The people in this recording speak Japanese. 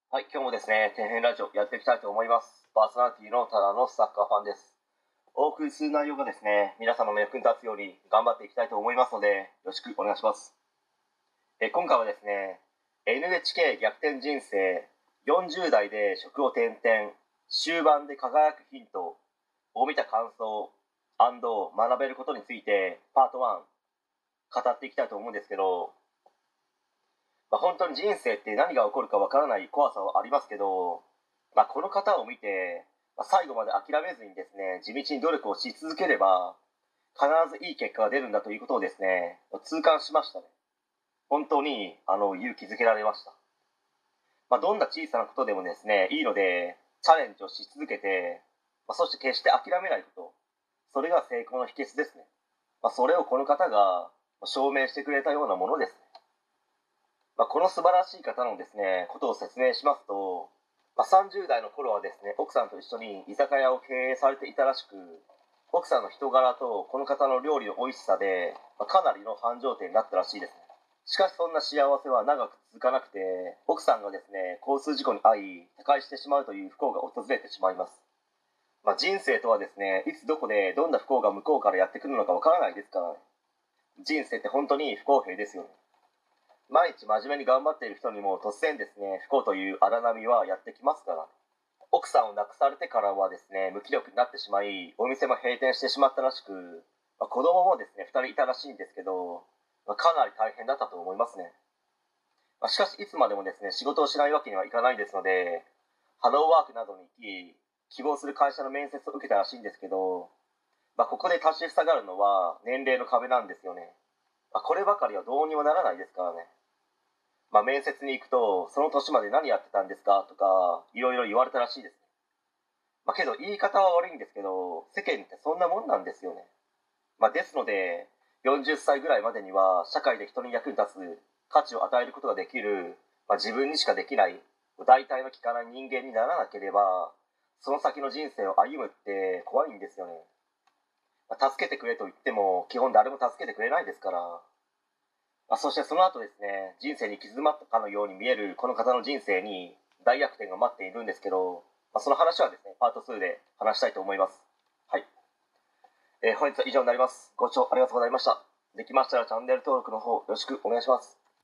はい、今日もですね、底辺ラジオやっていきたいと思います。パーソナリティのただのサッカーファンです。お送りする内容がですね、皆様の役に立つように頑張っていきたいと思いますので、よろしくお願いします。今回はですね、NHK 逆転人生、40代で職を転々、終盤で輝くヒントを見た感想学べることについて、パート1、語っていきたいと思うんですけど、本当に人生って何が起こるかわからない怖さはありますけど、この方を見て、最後まで諦めずにですね、地道に努力をし続ければ、必ずいい結果が出るんだということをですね、痛感しましたね。本当に勇気づけられました。どんな小さなことでもですね、いいので、チャレンジをし続けて、そして決して諦めないこと、それが成功の秘訣ですね。それをこの方が証明してくれたようなものですね。この素晴らしい方のですね、ことを説明しますと、30代の頃はですね、奥さんと一緒に居酒屋を経営されていたらしく、奥さんの人柄とこの方の料理の美味しさで、かなりの繁盛店になったらしいですね。しかしそんな幸せは長く続かなくて、奥さんがですね、交通事故に遭い、他界してしまうという不幸が訪れてしまいます。人生とはですね、いつどこでどんな不幸が向こうからやってくるのかわからないですからね。人生って本当に不公平ですよね。毎日真面目に頑張っている人にも突然ですね、不幸という荒波はやってきますから。奥さんを亡くされてからはですね、無気力になってしまい、お店も閉店してしまったらしく、子供もですね、2人いたらしいんですけど、かなり大変だったと思いますね。しかしいつまでもですね、仕事をしないわけにはいかないですので、ハローワークなどに行き、希望する会社の面接を受けたらしいんですけど、ここで立ちふさがるのは年齢の壁なんですよね。こればかりはどうにもならないですからね。面接に行くと、その年まで何やってたんですかとか、いろいろ言われたらしいですね。けど言い方は悪いんですけど、世間ってそんなもんなんですよね。ですので、40歳ぐらいまでには、社会で人に役に立つ、価値を与えることができる、自分にしかできない、代替の利かない人間にならなければ、その先の人生を歩むって怖いんですよね。助けてくれと言っても、基本誰も助けてくれないですから。そしてその後ですね、人生に行き詰まったかのように見えるこの方の人生に大逆転が待っているんですけど、その話はですね、パート2で話したいと思います。はい。本日は以上になります。ご視聴ありがとうございました。できましたらチャンネル登録の方よろしくお願いします。